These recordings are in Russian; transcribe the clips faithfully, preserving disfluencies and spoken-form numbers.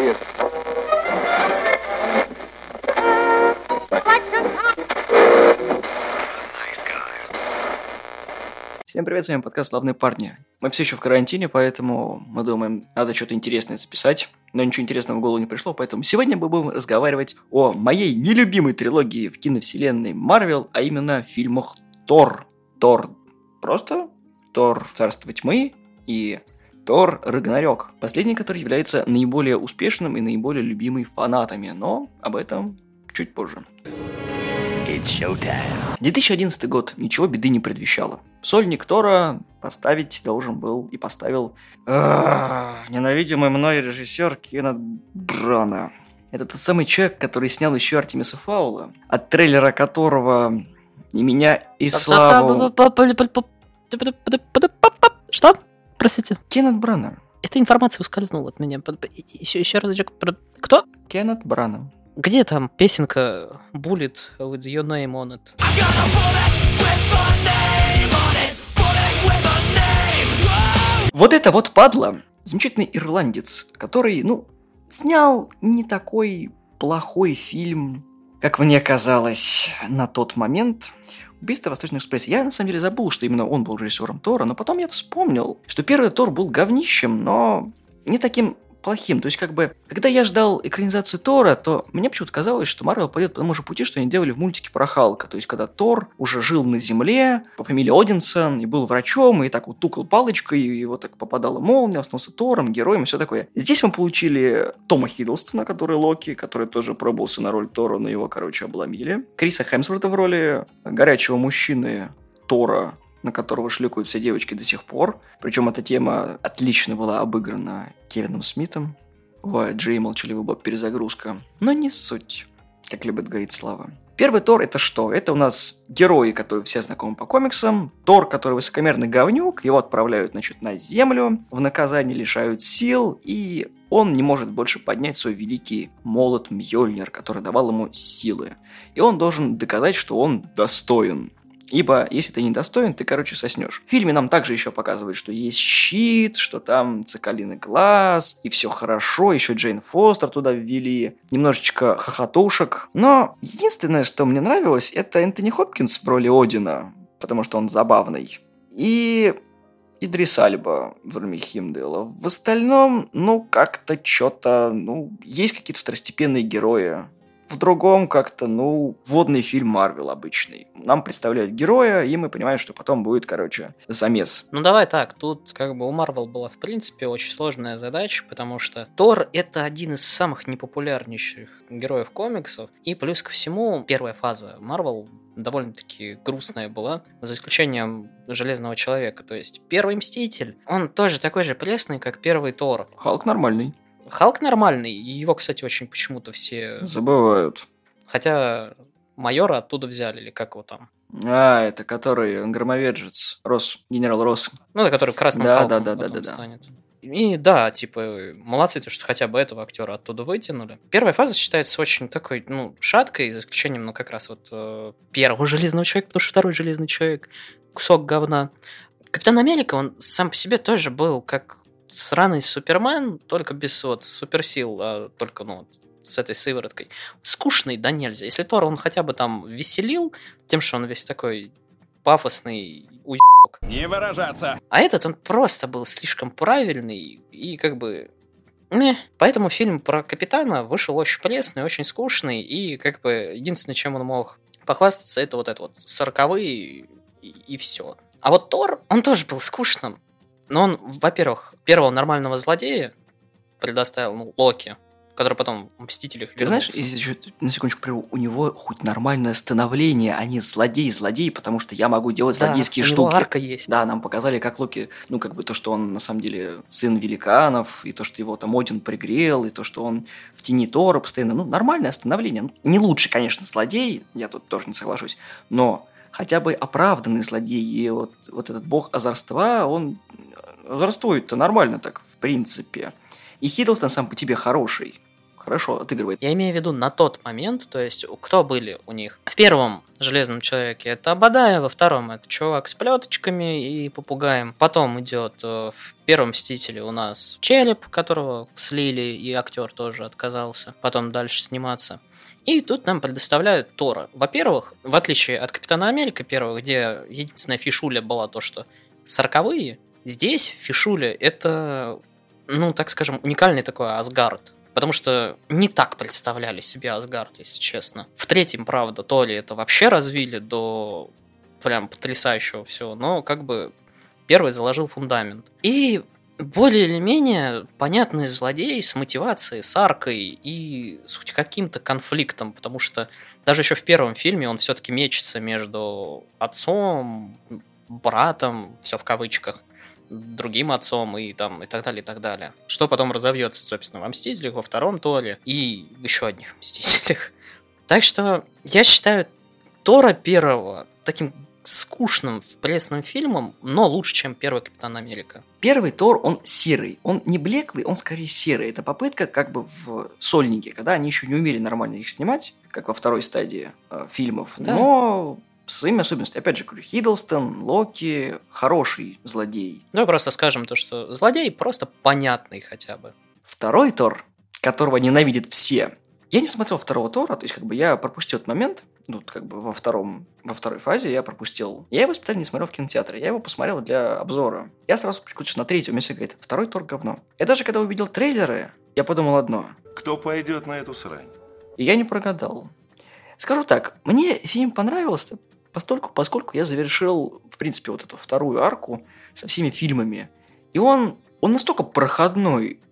serious. Всем привет, с вами подкаст «Славные парни». Мы все еще в карантине, поэтому мы думаем, надо что-то интересное записать. Но ничего интересного в голову не пришло, поэтому сегодня мы будем разговаривать о моей нелюбимой трилогии в киновселенной Марвел, а именно фильмах Тор. Тор просто, Тор Царство Тьмы и Тор Рагнарёк. Последний, который является наиболее успешным и наиболее любимым фанатами, но об этом чуть позже. две тысячи одиннадцатый год ничего беды не предвещало. Сольник Тора поставить должен был и поставил ах, ненавидимый мной режиссер Кеннет Брана. Это тот самый человек, который снял еще Артемиса Фаула, от трейлера которого и меня, и Славу... Что? Простите. Кеннет Брана. Эта информация ускользнула от меня. Еще, еще разочек. Кто? Кеннет Брана. Где там песенка Bullet with your name on it? Вот это вот падла, замечательный ирландец, который, ну, снял не такой плохой фильм, как мне казалось на тот момент. «Убийство в Восточном экспрессе». Я, на самом деле, забыл, что именно он был режиссером Тора, но потом я вспомнил, что первый Тор был говнищем, но не таким плохим. То есть, как бы, когда я ждал экранизации Тора, то мне почему-то казалось, что Марвел пойдет по тому же пути, что они делали в мультике про Халка. То есть, когда Тор уже жил на Земле по фамилии Одинсон и был врачом, и так вот тукал палочкой, и его так попадала молния, остался Тором, героем и все такое. Здесь мы получили Тома Хиддлстона, который Локи, который тоже пробовался на роль Тора, но его, короче, обломили. Криса Хемсворта в роли горячего мужчины Тора, на которого шликают все девочки до сих пор. Причем эта тема отлично была обыграна Кевином Смитом. Ой, Джей, молчаливый Боб, перезагрузка. Но не суть, как любит говорить Слава. Первый Тор — это что? Это у нас герои, которые все знакомы по комиксам. Тор, который высокомерный говнюк, его отправляют, значит, на Землю, в наказание лишают сил, и он не может больше поднять свой великий молот Мьёльнир, который давал ему силы. И он должен доказать, что он достоин. Ибо, если ты недостоин, ты, короче, соснешь. В фильме нам также еще показывают, что есть щит, что там цикалиный глаз, и все хорошо, еще Джейн Фостер туда ввели, немножечко хохотушек. Но единственное, что мне нравилось, это Энтони Хопкинс в роли Одина, потому что он забавный. И Идрис Альба в роли Химдала. В остальном, ну, как-то что-то, ну, есть какие-то второстепенные герои. В другом как-то, ну, вводный фильм Марвел обычный. Нам представляют героя, и мы понимаем, что потом будет, короче, замес. Ну давай так, тут как бы у Марвел была в принципе очень сложная задача, потому что Тор — это один из самых непопулярнейших героев комиксов, и плюс ко всему первая фаза Марвел довольно-таки грустная была, за исключением Железного Человека. То есть первый Мститель, он тоже такой же пресный, как первый Тор. Халк нормальный. Халк нормальный, его, кстати, очень почему-то все... Забывают. Хотя майора оттуда взяли, или как его там? А, это который громовержец. Рос, генерал Росс. Ну, который красным да, Халком да, да, потом да, да, станет. И да, типа, молодцы, то, что хотя бы этого актера оттуда вытянули. Первая фаза считается очень такой, ну, шаткой, за исключением, ну, как раз вот э, первого Железного Человека, потому что второй Железный Человек — кусок говна. Капитан Америка, он сам по себе тоже был как сраный Супермен, только без вот суперсил, а только, ну, с этой сывороткой. Скучный да нельзя. Если Тор, он хотя бы там веселил тем, что он весь такой пафосный уебок. Не выражаться. А этот, он просто был слишком правильный и как бы... Мeh. Поэтому фильм про Капитана вышел очень пресный, очень скучный, и как бы единственное, чем он мог похвастаться, это вот это вот сороковые и, и все. А вот Тор, он тоже был скучным. Но он, во-первых, первого нормального злодея предоставил, ну, Локи, который потом в «Мстителях» Ты вернулся. знаешь, если еще на секундочку прерву, у него хоть нормальное становление, а не злодей-злодей, потому что я могу делать Да, злодейские у него штуки. арка есть. Да, нам показали, как Локи, ну, как бы то, что он на самом деле сын великанов, и то, что его там Один пригрел, и то, что он в тени Тора постоянно, ну, нормальное становление. Ну, не лучше, конечно, злодей, я тут тоже не соглашусь, но хотя бы оправданный злодей, и вот, вот этот бог озорства, он озорствует-то нормально так, в принципе. И Хиддлстон сам по тебе хороший. Хорошо отыгрывает. Я имею в виду на тот момент, то есть кто были у них. В первом «Железном человеке» это Абадая, во втором это чувак с плеточками и попугаем. Потом идет э, в первом «Мстителе» у нас Череп, которого слили, и актер тоже отказался потом дальше сниматься. И тут нам предоставляют Тора. Во-первых, в отличие от Капитана Америка первого, где единственная фишуля была то, что сороковые, здесь фишуля это, ну, так скажем, уникальный такой Асгард. Потому что не так представляли себе Асгард, если честно. В третьем, правда, то ли это вообще развили до прям потрясающего всего, но как бы первый заложил фундамент. И более или менее понятный злодей с мотивацией, с аркой и с хоть каким-то конфликтом, потому что даже еще в первом фильме он все-таки мечется между отцом, братом, все в кавычках, другим отцом и там и так далее, и так далее. Что потом разовьется, собственно, во «Мстителях», во втором Торе и в еще одних «Мстителях». Так что я считаю Тора первого таким скучным, пресным фильмом, но лучше, чем первый «Капитан Америка». Первый Тор, он серый. Он не блеклый, он скорее серый. Это попытка как бы в «Сольнике», когда они еще не умели нормально их снимать, как во второй стадии э, фильмов. Да. Но с своими особенностями. Опять же, говорю, Хиддлстон, Локи, хороший злодей. Давай просто скажем то, что злодей просто понятный хотя бы. Второй Тор, которого ненавидят все. Я не смотрел второго Тора, то есть как бы я пропустил этот момент, ну, как бы во, втором, во второй фазе я пропустил. Я его специально не смотрел в кинотеатре, я его посмотрел для обзора. Я сразу переключился на третьего, мне все говорит, второй Тор говно. Я даже когда увидел трейлеры, я подумал одно. Кто пойдет на эту срань? И я не прогадал. Скажу так, мне фильм понравился, Постольку, поскольку я завершил, в принципе, вот эту вторую арку со всеми фильмами. И он, он настолько проходной,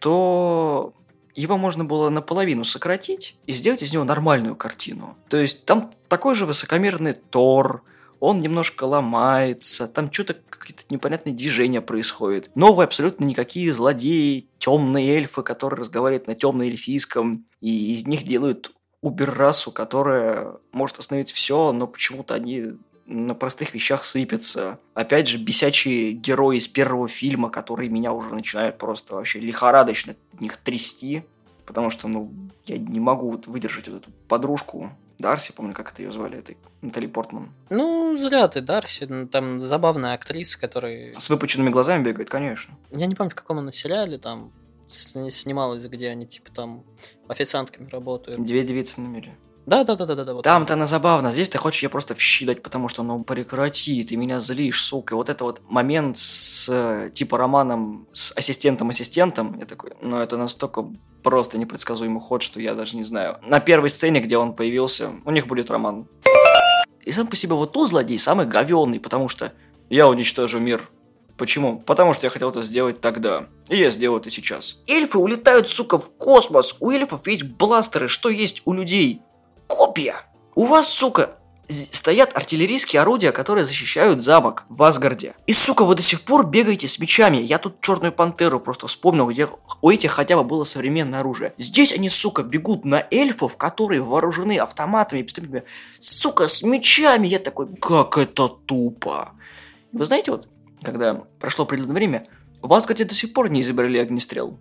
что его можно было наполовину сократить и сделать из него нормальную картину. То есть там такой же высокомерный Тор, он немножко ломается, там что-то какие-то непонятные движения происходят. Новые абсолютно никакие злодеи, темные эльфы, которые разговаривают на темно-эльфийском, и из них делают убер-расу, которая может остановить все, но почему-то они на простых вещах сыпятся. Опять же, бесячие герои из первого фильма, которые меня уже начинают просто вообще лихорадочно от них трясти, потому что, ну, я не могу вот выдержать вот эту подружку Дарси, помню, как это ее звали, это Натали Портман. Ну, зря ты, Дарси, там забавная актриса, которая... С выпученными глазами бегает, конечно. Я не помню, в каком она сериале там снималась, где они типа там официантками работают. Две девицы на мели. Да, да, да, да, да. Вот Там-то она забавно. Здесь ты хочешь ее просто вщидать, потому что, ну, прекрати, ты меня злишь, сука. И вот это вот момент с типа романом с ассистентом-ассистентом, я такой, ну, это настолько просто непредсказуемый ход, что я даже не знаю. На первой сцене, где он появился, у них будет роман. И сам по себе вот тот злодей самый говёный, потому что я уничтожу мир. Почему? Потому что я хотел это сделать тогда. И я сделаю это сейчас. Эльфы улетают, сука, в космос. У эльфов есть бластеры. Что есть у людей? Копья. У вас, сука, стоят артиллерийские орудия, которые защищают замок в Асгарде. И, сука, вы до сих пор бегаете с мечами. Я тут Черную Пантеру просто вспомнил, где у этих хотя бы было современное оружие. Здесь они, сука, бегут на эльфов, которые вооружены автоматами, пистолетами. Сука, с мечами. Я такой, как это тупо. Вы знаете, вот, когда прошло определенное время, в Асгарде до сих пор не изобрели огнестрел.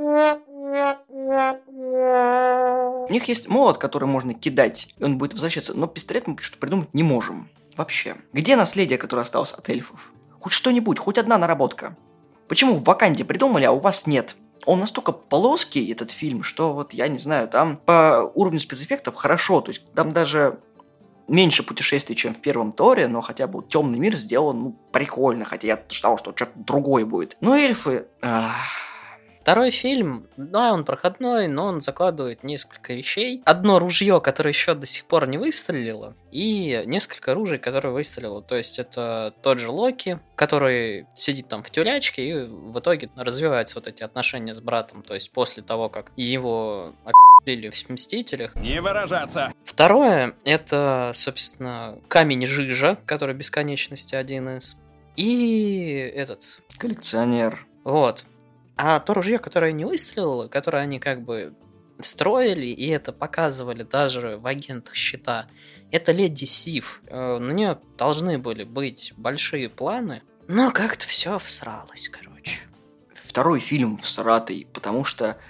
У них есть молот, который можно кидать, и он будет возвращаться, но пистолет мы почему-то придумать не можем. Вообще. Где наследие, которое осталось от эльфов? Хоть что-нибудь, хоть одна наработка. Почему в Ваканде придумали, а у вас нет? Он настолько плоский, этот фильм, что вот, я не знаю, там по уровню спецэффектов хорошо, то есть там даже меньше путешествий, чем в первом Торе, но хотя бы темный мир сделан, ну, прикольно, хотя я ждал, что что-то другое будет. Но эльфы... Ах... Второй фильм, да, он проходной, но он закладывает несколько вещей. Одно ружье, которое еще до сих пор не выстрелило, и несколько ружей, которые выстрелило. То есть это тот же Локи, который сидит там в тюрячке, и в итоге развиваются вот эти отношения с братом. То есть после того, как его опи***ли в «Мстителях». Не выражаться! Второе, это, собственно, камень Жижа, который бесконечности один из. И этот... Коллекционер. Вот. А то ружье, которое не выстрелило, которое они как бы строили, и это показывали даже в «Агентах щита», это Леди Сиф. На нее должны были быть большие планы, но как-то все всралось, короче. Второй фильм всратый, потому что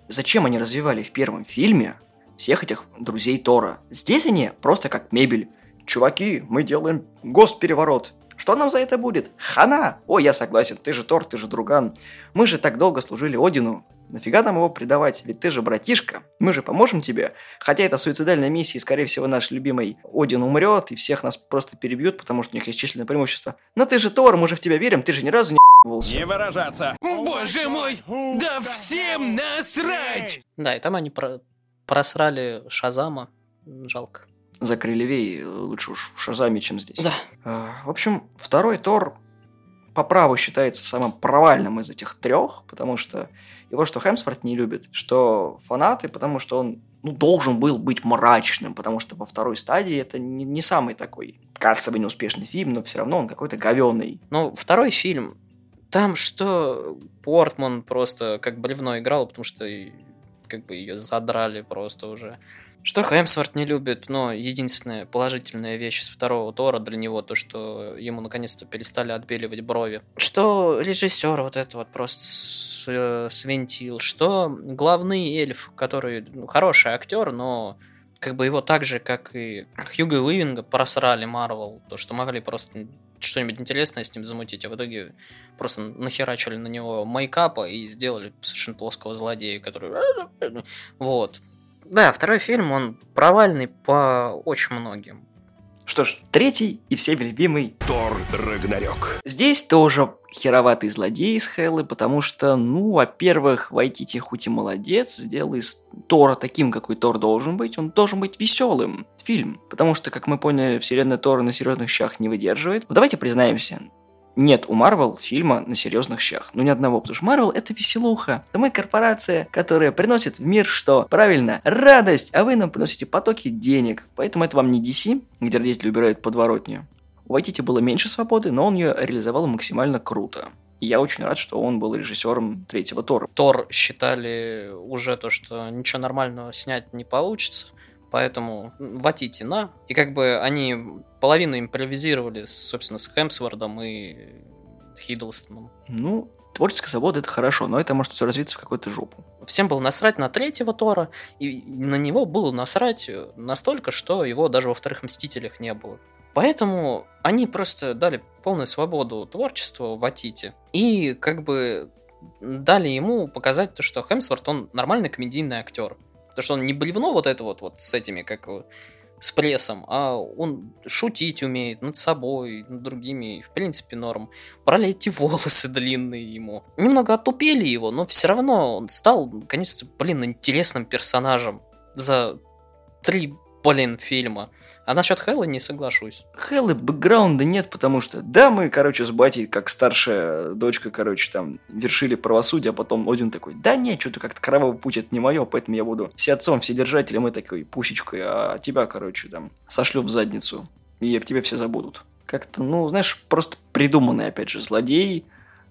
Зачем они развивали в первом фильме всех этих друзей Тора? Здесь они просто как мебель. Чуваки, мы делаем госпереворот. Что нам за это будет? Хана! Ой, я согласен, ты же Тор, ты же друган. Мы же так долго служили Одину. Нафига нам его предавать? Ведь ты же братишка. Мы же поможем тебе. Хотя это суицидальная миссия, и, скорее всего, наш любимый Один умрет, и всех нас просто перебьют, потому что у них есть численное преимущество. Но ты же Тор, мы же в тебя верим, ты же ни разу не ебался. Не выражаться. Боже мой! Да всем насрать! Да, и там они про- просрали Шазама. Жалко. Закрыли Вей, лучше уж в Шазаме, чем здесь. Да. А, В общем, второй Тор по праву считается самым провальным из этих трех, потому что его что Хемсворт не любит, что фанаты, потому что он ну, должен был быть мрачным, потому что во второй стадии это не, не самый такой кассовый неуспешный фильм, но все равно он какой-то говёный. Ну, второй фильм, там что Портман просто как бревно играл, потому что и, как бы ее задрали просто уже. Что Хемсворт не любит, но единственная положительная вещь из второго Тора для него, то, что ему наконец-то перестали отбеливать брови. Что режиссер вот это вот просто с- э, свинтил. Что главный эльф, который ну, хороший актер, но как бы его так же, как и Хьюго Уивинга, просрали Марвел. То, что могли просто что-нибудь интересное с ним замутить, а в итоге просто нахерачили на него мейкапа и сделали совершенно плоского злодея, который... Вот. Да, второй фильм, он провальный по очень многим. Что ж, третий и всеми любимый Тор Рагнарёк. Здесь тоже хероватый злодей из Хеллы, потому что, ну, во-первых, Вайтити хоть и молодец, сделал из Тора таким, какой Тор должен быть, он должен быть веселым фильм, потому что, как мы поняли, вселенная Тора на серьезных щах не выдерживает. Но давайте признаемся, нет у Марвел фильма на серьезных щах. Ну, ни одного, потому что Марвел — это веселуха. Это мы корпорация, которая приносит в мир, что, правильно, радость, а вы нам приносите потоки денег. Поэтому это вам не ди си, где родители убирают подворотни. У Вайтити было меньше свободы, но он ее реализовал максимально круто. И я очень рад, что он был режиссером третьего Тора. Тор считали уже то, что ничего нормального снять не получится, поэтому ватите на. И как бы они половину импровизировали, собственно, с Хемсвордом и Хиддлстоном. Ну, творческая свобода — это хорошо, но это может все развиться в какую-то жопу. Всем было насрать на третьего Тора, и на него было насрать настолько, что его даже во вторых Мстителях не было. Поэтому они просто дали полную свободу творчеству Ватити и как бы дали ему показать то, что Хемсворт, он нормальный комедийный актер. То, что он не блевно вот это вот, вот с этими, как с прессом, а он шутить умеет над собой, над другими, и в принципе норм. Брали эти волосы длинные ему. Немного отупели его, но все равно он стал, наконец-то, блин, интересным персонажем за три, блин, фильма. А насчет Хэлла не соглашусь. Хэллы бэкграунда нет, потому что, да, мы, короче, с батей, как старшая дочка, короче, там, вершили правосудие, а потом Один такой, да нет, что-то как-то кровавый путь, это не мое, поэтому я буду все отцом, все держателем и такой пусечкой, а тебя, короче, там, сошлю в задницу, и об тебе все забудут. Как-то, ну, знаешь, просто придуманный, опять же, злодей,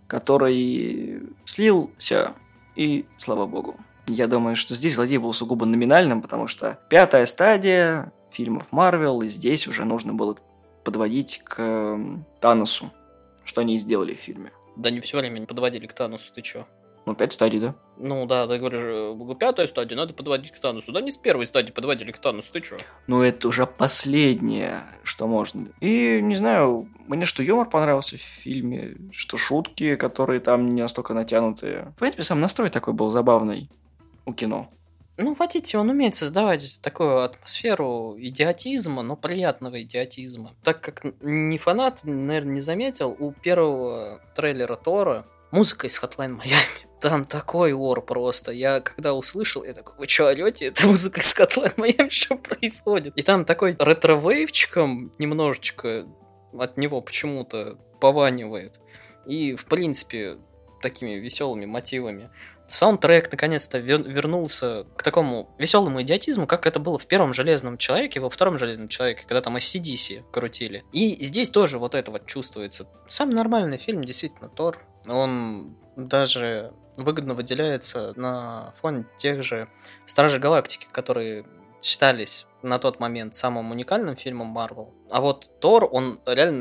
который слился, и слава богу. Я думаю, что здесь злодей был сугубо номинальным, потому что пятая стадия фильмов Марвел, и здесь уже нужно было подводить к э, Таносу, что они и сделали в фильме. Да не все время не подводили к Таносу, ты чё? Ну, пять стадий, да? Ну да, ты говоришь, пятая стадия, надо подводить к Таносу. Да не с первой стадии подводили к Таносу, ты чё? Ну, это уже последнее, что можно. И, не знаю, мне что юмор понравился в фильме, что шутки, которые там не настолько натянутые. В принципе, сам настрой такой был забавный у кино. Ну, Ватити, он умеет создавать такую атмосферу идиотизма, но приятного идиотизма. Так как не фанат, наверное, не заметил, у первого трейлера Тора музыка из Hotline Miami. Там такой ор просто. Я когда услышал, я такой, вы что, орете? Это музыка из Hotline Miami, что происходит? И там такой ретро-вейвчиком немножечко от него почему-то пованивает. И, в принципе, такими веселыми мотивами. Саундтрек наконец-то вер- вернулся к такому веселому идиотизму, как это было в первом Железном Человеке, во втором Железном Человеке, когда там эй си ди си крутили. И здесь тоже вот это вот чувствуется. Самый нормальный фильм, действительно, Тор. Он даже выгодно выделяется на фоне тех же Стражей Галактики, которые считались на тот момент самым уникальным фильмом Марвел. А вот Тор, он реально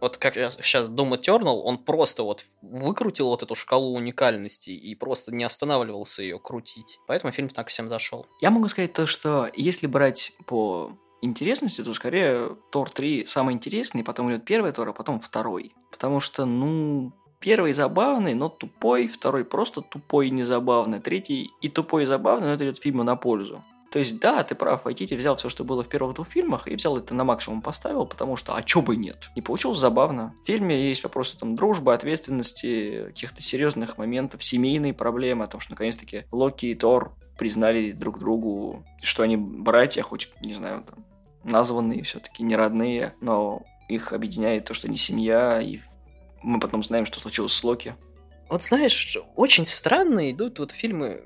вот как я сейчас Doom Eternal, он просто вот выкрутил вот эту шкалу уникальности и просто не останавливался ее крутить. Поэтому фильм так всем зашел. Я могу сказать то, что если брать по интересности, то скорее Тор три самый интересный, потом идет первый Тор, а потом второй. Потому что, ну, первый забавный, но тупой, второй просто тупой и незабавный, третий и тупой и забавный, но это идет фильму на пользу. То есть, да, ты прав, Вайтити взял все, что было в первых двух фильмах, и взял это на максимум поставил, потому что, а чё бы нет? И получилось забавно. В фильме есть вопросы там дружбы, ответственности, каких-то серьезных моментов, семейные проблемы, о том, что наконец-таки Локи и Тор признали друг другу, что они братья, хоть, не знаю, там, названные все-таки, не родные, но их объединяет то, что они семья, и мы потом знаем, что случилось с Локи. Вот знаешь, очень странно идут вот фильмы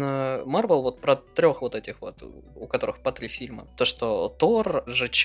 Марвел вот про трех вот этих вот, у которых по три фильма. То, что Тор, ЖЧ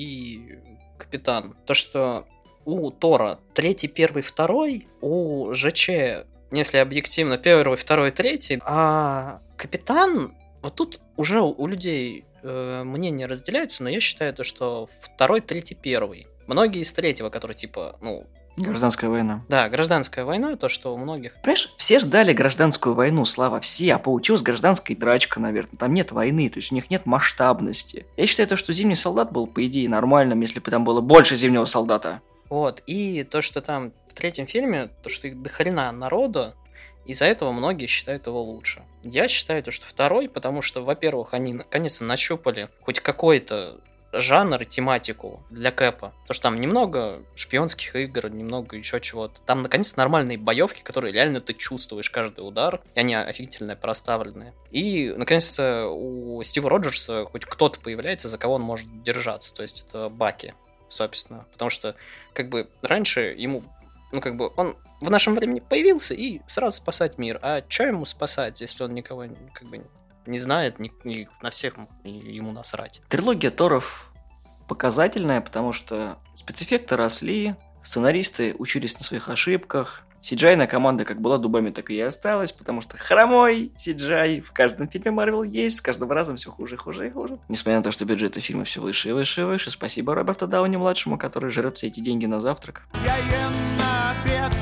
и Капитан. То, что у Тора третий, первый, второй, у ЖЧ, если объективно, первый, второй, третий, а Капитан, вот тут уже у людей э, мнения разделяются, но я считаю то, что второй, третий, первый. Многие из третьего, который типа, ну... Гражданская война. Да, гражданская война, то, что у многих... Понимаешь, все ждали гражданскую войну, Слава, все, а получилась гражданская драчка, наверное. Там нет войны, то есть у них нет масштабности. Я считаю то, что Зимний солдат был, по идее, нормальным, если бы там было больше Зимнего солдата. Вот, и то, что там в третьем фильме, то, что их дохрена народу, из-за этого многие считают его лучше. Я считаю то, что второй, потому что, во-первых, они наконец-то нащупали хоть какой-то жанр и тематику для Кэпа. Потому что там немного шпионских игр, немного еще чего-то. Там, наконец, нормальные боевки, которые реально ты чувствуешь каждый удар, и они офигительно проставленные. И, наконец-то, у Стива Роджерса хоть кто-то появляется, за кого он может держаться. То есть это Баки, собственно. Потому что, как бы, раньше ему, ну, как бы, он в нашем времени появился и сразу спасать мир. А что ему спасать, если он никого, как бы, не знает, ни, ни на всех ему насрать. Трилогия Торов показательная, потому что спецэффекты росли, сценаристы учились на своих ошибках, си джи ай-ная команда как была дубами, так и осталась, потому что хромой си джи ай в каждом фильме Марвел есть, с каждым разом все хуже, хуже и хуже. Несмотря на то, что бюджеты фильма все выше и выше и выше, спасибо Роберту Дауни-младшему, который жрет все эти деньги на завтрак. Я ем на обед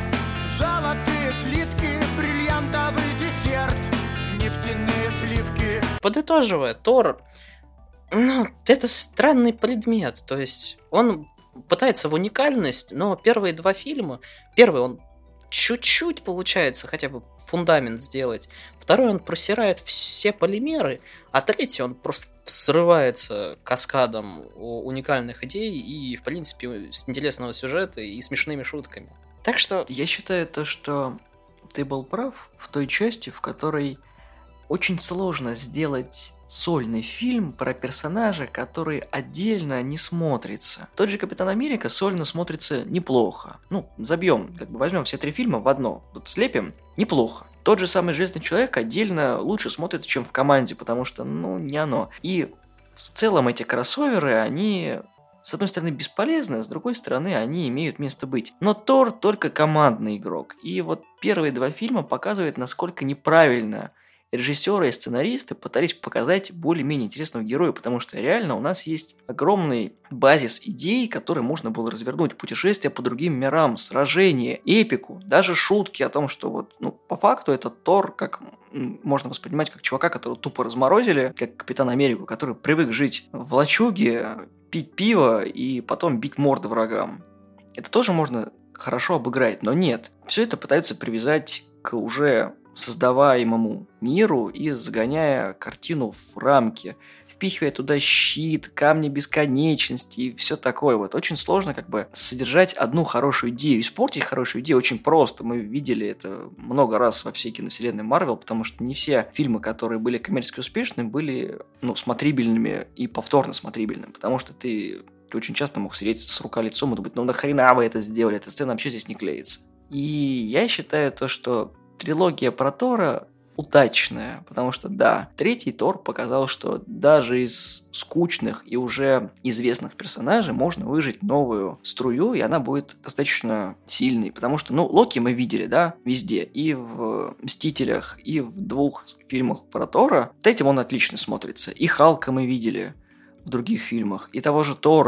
золотые слитки, бриллиантовый десерт, нефтяные сливки. Подытоживая, Тор, ну, это странный предмет, то есть он пытается в уникальность, но первые два фильма, первый он чуть-чуть получается хотя бы фундамент сделать, второй он просирает все полимеры, а третий он просто срывается каскадом уникальных идей и, в принципе, с интересного сюжета и смешными шутками. Так что... Я считаю то, что ты был прав в той части, в которой очень сложно сделать сольный фильм про персонажа, который отдельно не смотрится. Тот же Капитан Америка сольно смотрится неплохо. Ну, забьем, как бы возьмем все три фильма в одно, вот слепим, неплохо. Тот же самый Железный Человек отдельно лучше смотрится, чем в команде, потому что, ну, не оно. И в целом эти кроссоверы, они, с одной стороны, бесполезны, а с другой стороны, они имеют место быть. Но Тор только командный игрок. И вот первые два фильма показывают, насколько неправильно режиссеры и сценаристы пытались показать более-менее интересного героя, потому что реально у нас есть огромный базис идей, которые можно было развернуть. Путешествия по другим мирам, сражения, эпику, даже шутки о том, что вот, ну, по факту этот Тор, как можно воспринимать как чувака, которого тупо разморозили, как Капитан Америку, который привык жить в лачуге, пить пиво и потом бить морды врагам. Это тоже можно хорошо обыграть, но нет. Все это пытаются привязать к уже создаваемому миру и загоняя картину в рамки, впихивая туда щит, камни бесконечности и все такое. Вот очень сложно как бы содержать одну хорошую идею. Испортить хорошую идею очень просто. Мы видели это много раз во всей киновселенной Марвел, потому что не все фильмы, которые были коммерчески успешны, были, ну, смотрибельными и повторно смотрибельными, потому что ты, ты очень часто мог сидеть с рука лицом и думать, ну нахрена вы это сделали, эта сцена вообще здесь не клеится. И я считаю то, что трилогия про Тора удачная, потому что, да, третий Тор показал, что даже из скучных и уже известных персонажей можно выжать новую струю, и она будет достаточно сильной, потому что, ну, Локи мы видели, да, везде, и в «Мстителях», и в двух фильмах про Тора. В третьем он отлично смотрится, и Халка мы видели в других фильмах, и того же Тора,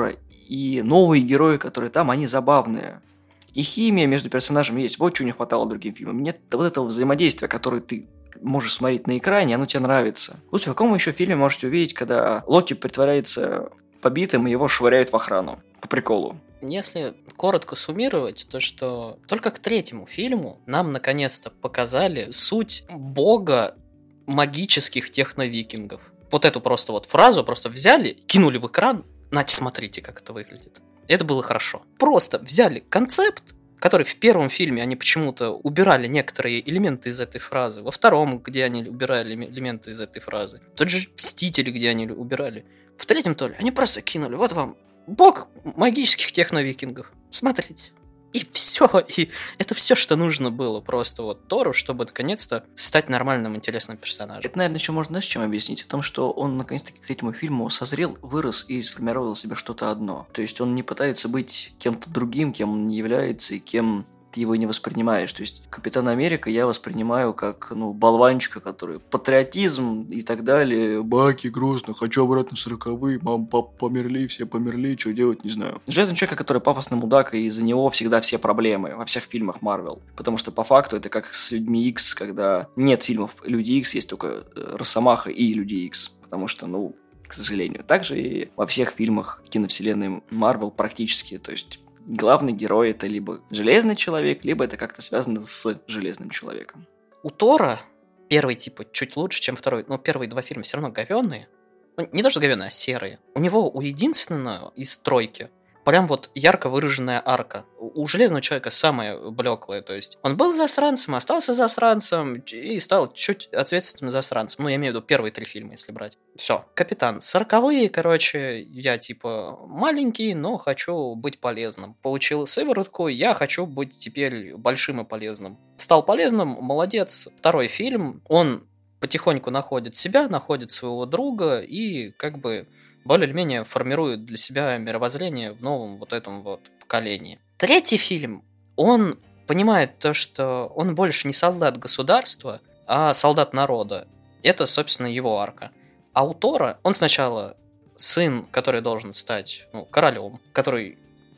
и новые герои, которые там, они забавные. И химия между персонажами есть. Вот чего не хватало другим фильмам. Нет вот этого взаимодействия, которое ты можешь смотреть на экране, оно тебе нравится. Слушайте, в каком еще фильме можете увидеть, когда Локи притворяется побитым и его швыряют в охрану? По приколу. Если коротко суммировать, то что только к третьему фильму нам наконец-то показали суть бога магических техновикингов. Вот эту просто вот фразу просто взяли, кинули в экран, нате, смотрите, как это выглядит. Это было хорошо. Просто взяли концепт, который в первом фильме они почему-то убирали некоторые элементы из этой фразы, во втором, где они убирали элементы из этой фразы, тот же «Мстители», где они убирали, в третьем то ли они просто кинули, вот вам бог магических техновикингов, смотрите. И все, и это все, что нужно было просто вот Тору, чтобы наконец-то стать нормальным, интересным персонажем. Это, наверное, еще можно, знаешь, чем объяснить? О том, что он наконец-таки к третьему фильму созрел, вырос и сформировал себе что-то одно. То есть он не пытается быть кем-то другим, кем он не является и кем ты его не воспринимаешь. То есть Капитан Америка я воспринимаю как, ну, болванчика, который патриотизм и так далее. Баки, грустно, хочу обратно в сороковые, мам, папа померли, все померли, что делать, не знаю. Железный человек, который пафосный мудак, и из-за него всегда все проблемы во всех фильмах Марвел. Потому что по факту это как с Людьми Икс, когда нет фильмов Люди Икс, есть только Росомаха и Люди Икс. Потому что, ну, к сожалению. Также и во всех фильмах киновселенной Марвел практически, то есть главный герой это либо Железный Человек, либо это как-то связано с Железным Человеком. У Тора первый типа чуть лучше, чем второй, но первые два фильма все равно говёные. Ну, не то, что говёные, а серые. У него у единственного из тройки прям вот ярко выраженная арка. У Железного Человека самая блеклая, то есть он был засранцем, остался засранцем и стал чуть ответственным засранцем. Ну, я имею в виду первые три фильма, если брать. Все. Капитан. Сороковые, короче, я типа маленький, но хочу быть полезным. Получил сыворотку, я хочу быть теперь большим и полезным. Стал полезным, молодец. Второй фильм, он потихоньку находит себя, находит своего друга и как бы более или менее формирует для себя мировоззрение в новом вот этом вот поколении. Третий фильм, он понимает то, что он больше не солдат государства, а солдат народа. Это, собственно, его арка. А у Тора он сначала сын, который должен стать, ну, королем, который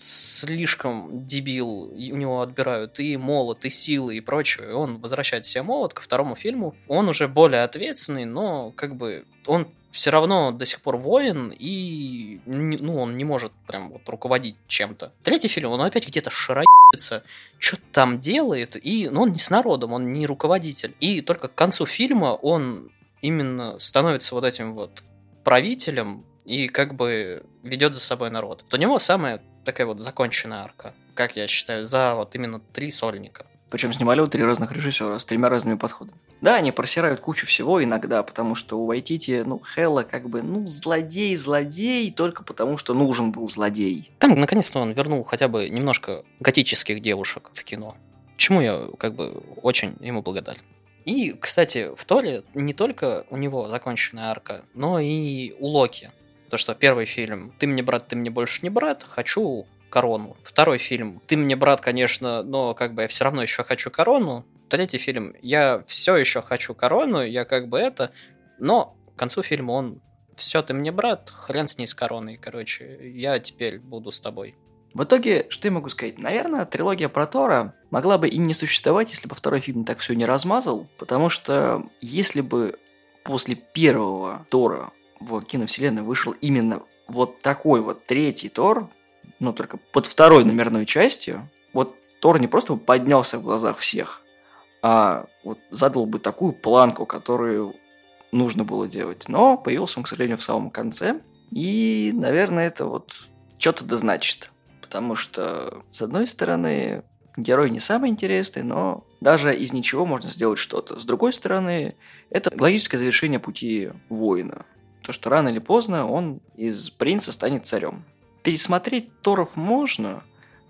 слишком дебил, и у него отбирают и молот, и силы, и прочее, и он возвращает себе молот. Ко второму фильму он уже более ответственный, но как бы он все равно до сих пор воин, и ну, он не может прям вот руководить чем-то. Третий фильм, он опять где-то шароебится, что-то там делает, и ну, он не с народом, он не руководитель. И только к концу фильма он именно становится вот этим вот правителем и как бы ведет за собой народ. Вот у него самая такая вот законченная арка, как я считаю, за вот именно три сольника. Причем снимали у три разных режиссера с тремя разными подходами. Да, они просирают кучу всего иногда, потому что у Вайтити, ну, Хэлла как бы, ну, злодей-злодей, только потому что нужен был злодей. Там, наконец-то, он вернул хотя бы немножко готических девушек в кино. Чему я, как бы, очень ему благодарен. И, кстати, в Торе не только у него законченная арка, но и у Локи. То, что первый фильм «Ты мне брат, ты мне больше не брат, хочу корону». Второй фильм «Ты мне брат, конечно, но как бы я все равно еще хочу корону». Третий фильм «Я все еще хочу корону, я как бы это...» Но к концу фильма он «Все, ты мне брат, хрен с ней с короной, короче, я теперь буду с тобой». В итоге, что я могу сказать? Наверное, трилогия про Тора могла бы и не существовать, если бы второй фильм так все не размазал, потому что если бы после первого Тора в киновселенной вышел именно вот такой вот третий Тор, но только под второй номерной частью, вот Тор не просто поднялся в глазах всех, а вот задал бы такую планку, которую нужно было делать. Но появился он, к сожалению, в самом конце, и, наверное, это вот что-то да значит. Потому что, с одной стороны, герой не самый интересный, но даже из ничего можно сделать что-то. С другой стороны, это логическое завершение пути воина. То, что рано или поздно он из принца станет царем. Пересмотреть Торов можно,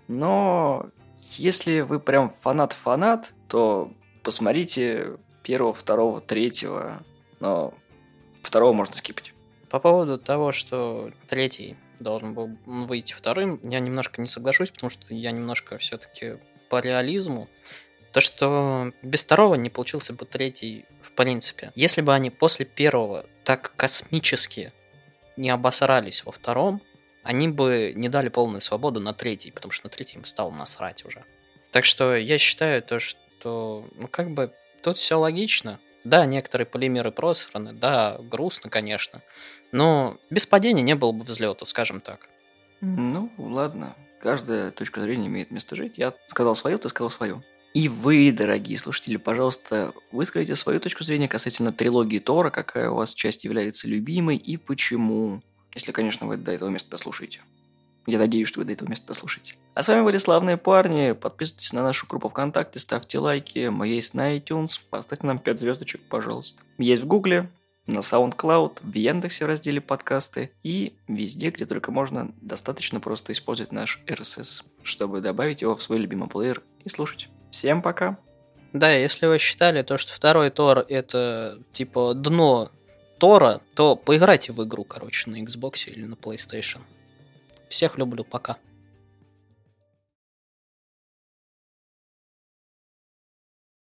но если вы прям фанат-фанат, то посмотрите первого, второго, третьего, но второго можно скипать. По поводу того, что третий должен был выйти вторым, я немножко не соглашусь, потому что я немножко все-таки по реализму. То, что без второго не получился бы третий в принципе. Если бы они после первого так космически не обосрались во втором, они бы не дали полную свободу на третий, потому что на третий им стало насрать уже. Так что я считаю то, что, ну, как бы, тут все логично. Да, некоторые полимеры просраны, да, грустно, конечно, но без падения не было бы взлета, скажем так. Ну, ладно. Каждая точка зрения имеет место жить. Я сказал свою, ты сказал свою. И вы, дорогие слушатели, пожалуйста, выскажите свою точку зрения касательно трилогии Тора, какая у вас часть является любимой и почему. Если, конечно, вы до этого места дослушаете. Я надеюсь, что вы до этого места дослушаете. А с вами были славные парни. Подписывайтесь на нашу группу ВКонтакте, ставьте лайки. Мы есть на iTunes. Поставьте нам пять звездочек, пожалуйста. Есть в Гугле, на SoundCloud, в Яндексе в разделе подкасты и везде, где только можно. Достаточно просто использовать наш эр эс эс, чтобы добавить его в свой любимый плеер и слушать. Всем пока! Да, если вы считали то, что второй Тор это типа дно Тора, то поиграйте в игру, короче, на Xbox или на PlayStation. Всех люблю, пока.